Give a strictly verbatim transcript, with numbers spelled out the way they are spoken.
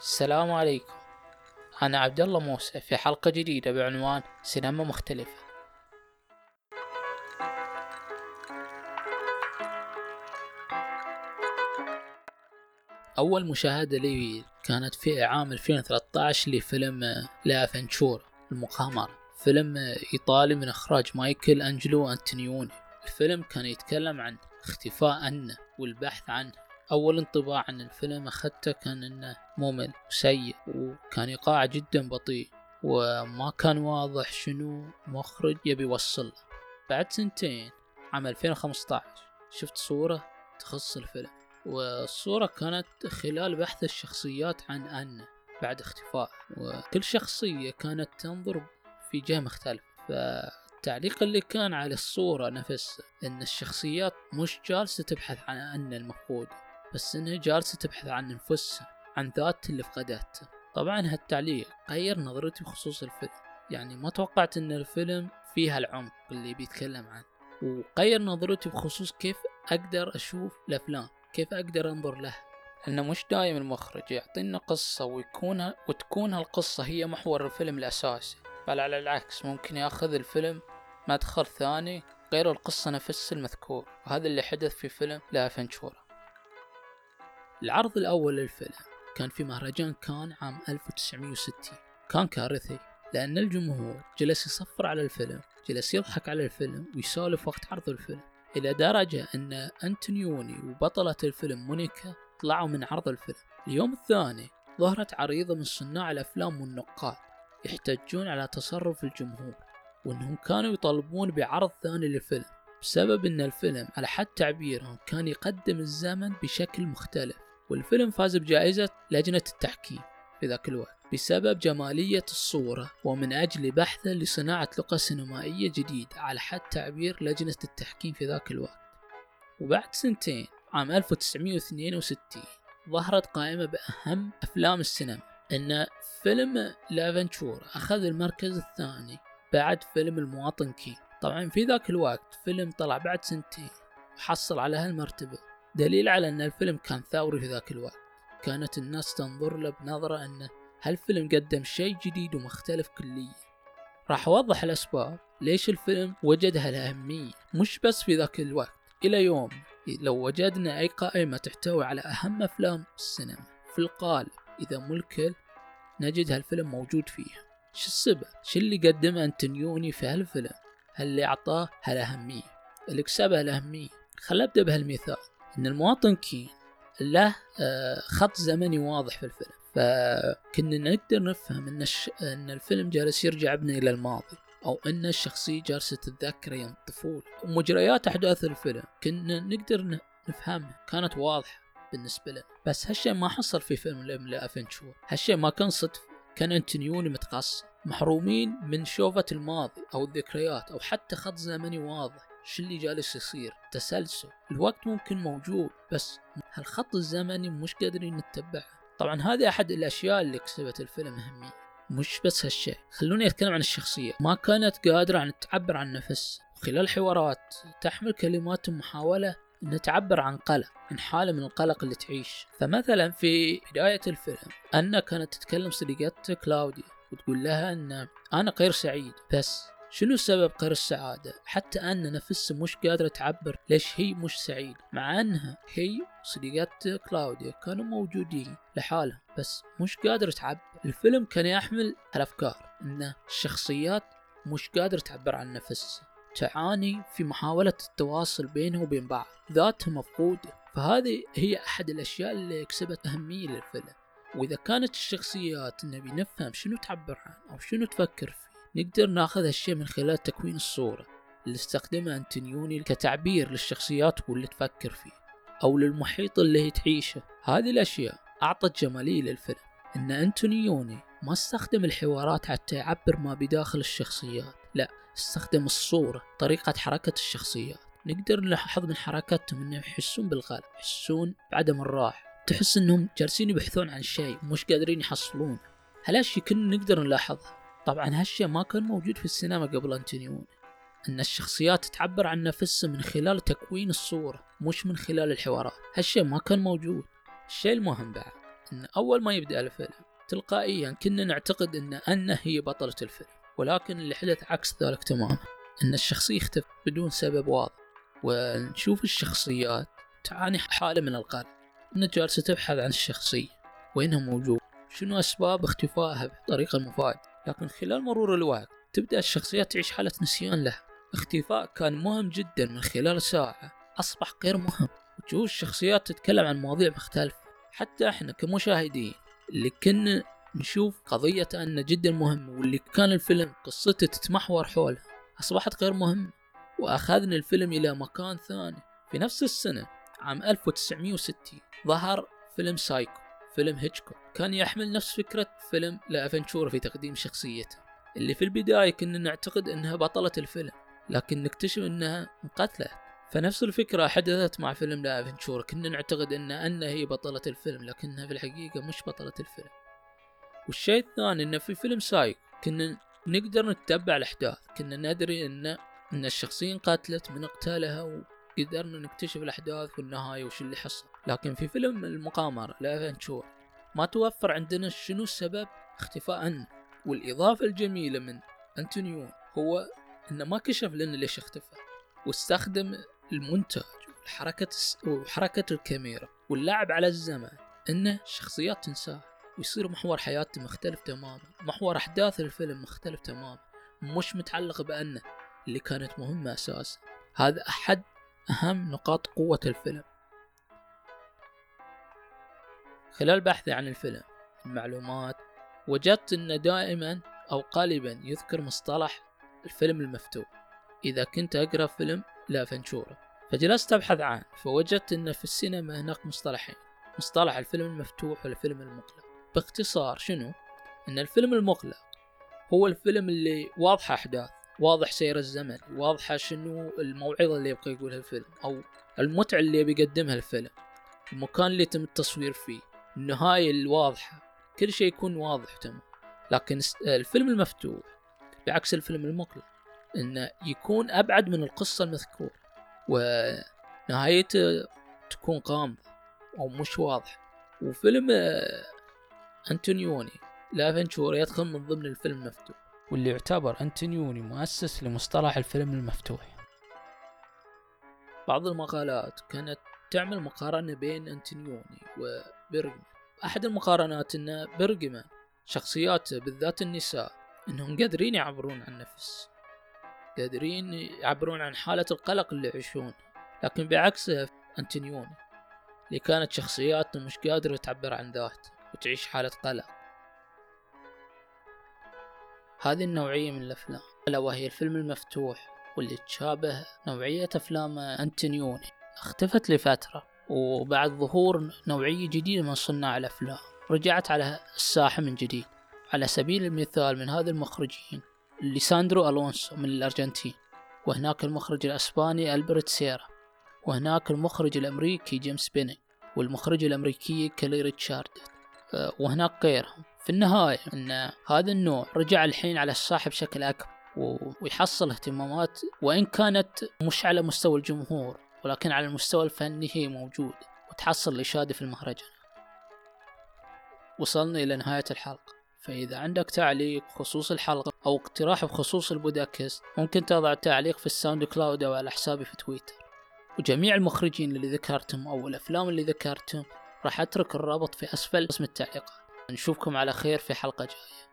السلام عليكم. أنا عبد الله موسى في حلقة جديدة بعنوان سينما مختلفة. أول مشاهدة لي كانت في عام ألفين وثلاثة عشر لفيلم لا فنتشورا المغامرة، فيلم إيطالي من إخراج مايكل أنجلو أنتونيوني. الفيلم كان يتكلم عن اختفاء أنة والبحث عنه. أول انطباع عن الفيلم أخذته كان أنه ممل وسيء، وكان إيقاعه جدا بطيء، وما كان واضح شنو مخرج يبي يوصل. بعد سنتين عام ألفين وخمسة عشر شفت صورة تخص الفيلم، والصورة كانت خلال بحث الشخصيات عن أنة بعد اختفاء، وكل شخصية كانت تنظر في جهة مختلفة. فالتعليق اللي كان على الصورة نفسه أن الشخصيات مش جالسة تبحث عن أنة المفقودة، بس أنها جالسة تبحث عن أنفسها، عن ذات اللي فقدته. طبعا هالتعليق غير نظرتي بخصوص الفيلم، يعني ما توقعت أن الفيلم فيها العمق اللي بيتكلم عنه، وغير نظرتي بخصوص كيف أقدر أشوف الأفلام، كيف أقدر أنظر له. لأنه مش دائما المخرج يعطينا قصة ويكون وتكون هالقصة هي محور الفيلم الأساسي، بل على العكس ممكن يأخذ الفيلم مدخل ثاني غير القصة نفس المذكور، وهذا اللي حدث في فيلم لا فنتشورا. العرض الأول للفيلم كان في مهرجان كان عام ألف وتسعمية وستين. كان كارثي لأن الجمهور جلس يصفر على الفيلم، جلس يضحك على الفيلم ويسولف وقت عرض الفيلم، إلى درجة أن أنتونيوني وبطلة الفيلم مونيكا طلعوا من عرض الفيلم. اليوم الثاني ظهرت عريضة من صناع الأفلام والنقاد يحتجون على تصرف الجمهور، وأنهم كانوا يطالبون بعرض ثاني للفيلم بسبب أن الفيلم على حد تعبيرهم كان يقدم الزمن بشكل مختلف. والفيلم فاز بجائزة لجنة التحكيم في ذاك الوقت بسبب جمالية الصورة، ومن أجل بحثه لصناعة لغة سينمائية جديدة على حد تعبير لجنة التحكيم في ذاك الوقت. وبعد سنتين عام ألف وتسعمية واثنين وستين ظهرت قائمة بأهم أفلام السينما، أن فيلم لا فنتشورا أخذ المركز الثاني بعد فيلم المواطن كين. طبعا في ذاك الوقت فيلم طلع بعد سنتين وحصل على هالمرتبة، دليل على أن الفيلم كان ثوري في ذاك الوقت. كانت الناس تنظر له بنظرة أنه هالفيلم قدم شيء جديد ومختلف كليا. راح أوضح الأسباب ليش الفيلم وجد هالأهمية، مش بس في ذاك الوقت، إلى يوم لو وجدنا أي قائمة تحتوي على أهم أفلام السينما في القالب إذا ملكل نجد هالفيلم موجود فيها. شو السبب؟ شو اللي قدمه أنتونيوني في هالفيلم؟ هل اللي أعطاه هالأهمية؟ اللي كسبه هالأهمية؟ خل أبدأ بهالمثال، إن المواطن كين له خط زمني واضح في الفيلم، فكنا نقدر نفهم إن, الش... إن الفيلم جالس يرجع بنا إلى الماضي، أو إن الشخصية جالسة تتذكر أيام الطفولة. ومجريات أحداث الفيلم كنا نقدر نفهمها، كانت واضحة بالنسبة لنا. بس هالشيء ما حصل في فيلم لا فنتشورا، هالشيء ما كان صدفة، كان أنتونيوني متقصر، محرومين من شوفة الماضي أو الذكريات أو حتى خط زمني واضح. شو اللي جالس يصير؟ تسلسل الوقت ممكن موجود، بس هالخط الزمني مش قادرين نتبعه. طبعا هذه أحد الأشياء اللي كسبت الفيلم أهمية. مش بس هالشيء، خلوني أتكلم عن الشخصية. ما كانت قادرة عن تعبر عن نفسها، وخلال حوارات تحمل كلمات محاولة أن تعبر عن قلق، عن حالة من القلق اللي تعيش. فمثلا في بداية الفيلم أنا كانت تتكلم صديقتها كلاوديا وتقول لها أن أنا غير سعيد، بس شنو سبب غير السعادة؟ حتى أن نفسها مش قادرة تعبر ليش هي مش سعيدة، مع أنها هي صديقتها كلاوديا كانوا موجودين لحالهم، بس مش قادرة تعبر. الفيلم كان يحمل الأفكار أن الشخصيات مش قادرة تعبر عن نفسها، تعاني في محاولة التواصل بينها وبين بعض، ذاتها مفقودة. فهذه هي أحد الأشياء اللي كسبت أهمية للفيلم. وإذا كانت الشخصيات نبي نفهم شنو تعبر عنه أو شنو تفكر فيه، نقدر ناخذ هالشيء من خلال تكوين الصورة اللي استخدمها أنتونيوني كتعبير للشخصيات واللي تفكر فيه، أو للمحيط اللي هي تعيشه. هذه الأشياء أعطت جمالية للفيلم، إن أنتونيوني ما استخدم الحوارات حتى يعبر ما بداخل الشخصيات، لا، استخدم الصورة، طريقة حركة الشخصيات. نقدر نلاحظ من حركاتهم إنهم يحسون بالغلب، يحسون بعدم الراحة، تحس إنهم جالسين يبحثون عن شيء مش قادرين يحصلونه. هالأشياء كنا نقدر نلاحظها. طبعا هالشيء ما كان موجود في السينما قبل أنتونيوني، أن الشخصيات تعبر عن نفسها من خلال تكوين الصورة مش من خلال الحوارات. هالشيء ما كان موجود. الشيء المهم بعد إن أول ما يبدأ الفيلم تلقائيا كنا نعتقد إن أنه هي بطلة الفيلم، ولكن اللي حدث عكس ذلك تماما، إن الشخصية اختفت بدون سبب واضح، ونشوف الشخصيات تعاني حالة من القلق، إنها جالسة تبحث عن الشخصية وينها موجود، شنو أسباب اختفائها بطريقة مفاجئة. لكن خلال مرور الوقت تبدأ الشخصيات تعيش حالة نسيان لها. اختفاء كان مهم جدا من خلال ساعة أصبح غير مهم، وتشوف الشخصيات تتكلم عن مواضيع مختلفة. حتى احنا كمشاهدين اللي كنا نشوف قضية أن جدا مهم واللي كان الفيلم قصته تتمحور حولها أصبحت غير مهمة، وأخذنا الفيلم إلى مكان ثاني. في نفس السنة عام ألف وتسعمائة وستين ظهر فيلم سايكو، فيلم هيتشكوك، كان يحمل نفس فكرة فيلم لافنتشورا في تقديم شخصيته، اللي في البداية كنا نعتقد أنها بطلة الفيلم لكن نكتشف أنها انقتلت. فنفس الفكرة حدثت مع فيلم لافنتشورا، كنا نعتقد أن أنها هي بطلة الفيلم لكنها في الحقيقة مش بطلة الفيلم. والشيء الثاني أن في فيلم سايكو كنا نقدر نتبع الأحداث، كنا ندري أن أن الشخصية انقتلت من اقتالها، وقدرنا نكتشف الأحداث والنهاية وش اللي حصل. لكن في فيلم المغامرة لافنتشورا ما توفر عندنا شنو السبب اختفاء أنه. والإضافة الجميلة من أنتونيون هو أنه ما كشف لنا ليش اختفى، واستخدم المونتاج وحركة وحركة الكاميرا واللعب على الزمن أنه شخصيات تنساه ويصير محور حياته مختلف تماما، محور أحداث الفيلم مختلف تماما، مش متعلق بأنه اللي كانت مهمة أساسا. هذا أحد أهم نقاط قوة الفيلم. خلال بحثي عن الفيلم المعلومات وجدت أنه دائما أو غالبا يذكر مصطلح الفيلم المفتوح إذا كنت أقرأ فيلم لافنتشورا، فجلست أبحث عنه فوجدت أن في السينما هناك مصطلحين، مصطلح الفيلم المفتوح والفيلم المغلق. باختصار شنو؟ أن الفيلم المغلق هو الفيلم اللي واضحة أحداث، واضح سير الزمن، واضحة شنو الموعظة اللي يبقى يقولها الفيلم أو المتعة اللي بيقدمها الفيلم، المكان اللي يتم التصوير فيه، النهاية الواضحة، كل شيء يكون واضح تمام. لكن الفيلم المفتوح بعكس الفيلم المغلق إنه يكون أبعد من القصة المذكورة، ونهايته تكون غامضة أو مش واضحة. وفيلم أنتونيوني لافنتشورا يدخل من ضمن الفيلم المفتوح، واللي يعتبر أنتونيوني مؤسس لمصطلح الفيلم المفتوح. بعض المقالات كانت تعمل مقارنة بين أنتونيوني وبيرغمان. أحد المقارنات أن بيرغمان شخصياته بالذات النساء أنهم قادرين يعبرون عن نفس، قادرين يعبرون عن حالة القلق اللي يعيشون، لكن بعكس أنتونيوني اللي كانت شخصياته مش قادرة تعبر عن ذات وتعيش حالة قلق. هذه النوعية من الأفلام ألا وهي الفيلم المفتوح واللي تشابه نوعية أفلام أنتونيوني اختفت لفترة، وبعد ظهور نوعية جديدة من صناع الأفلام رجعت على الساحة من جديد. على سبيل المثال من هذا المخرجين ليساندرو ألونسو من الأرجنتين، وهناك المخرج الأسباني ألبرت سيرا، وهناك المخرج الأمريكي جيمس بيني، والمخرج الأمريكي كيلي ريتشارد، وهناك غيرهم. في النهاية أن هذا النوع رجع الحين على الساحة بشكل أكبر ويحصل اهتمامات، وإن كانت مش على مستوى الجمهور ولكن على المستوى الفني هي موجودة وتحصل الإشادة في المهرجان. وصلنا إلى نهاية الحلقة، فإذا عندك تعليق بخصوص الحلقة أو اقتراح بخصوص البودكاست ممكن تضع تعليق في الساوند كلاود أو على حسابي في تويتر. وجميع المخرجين اللي ذكرتهم أو الأفلام اللي ذكرتهم راح أترك الرابط في أسفل قسم التعليقات. نشوفكم على خير في حلقة جاية.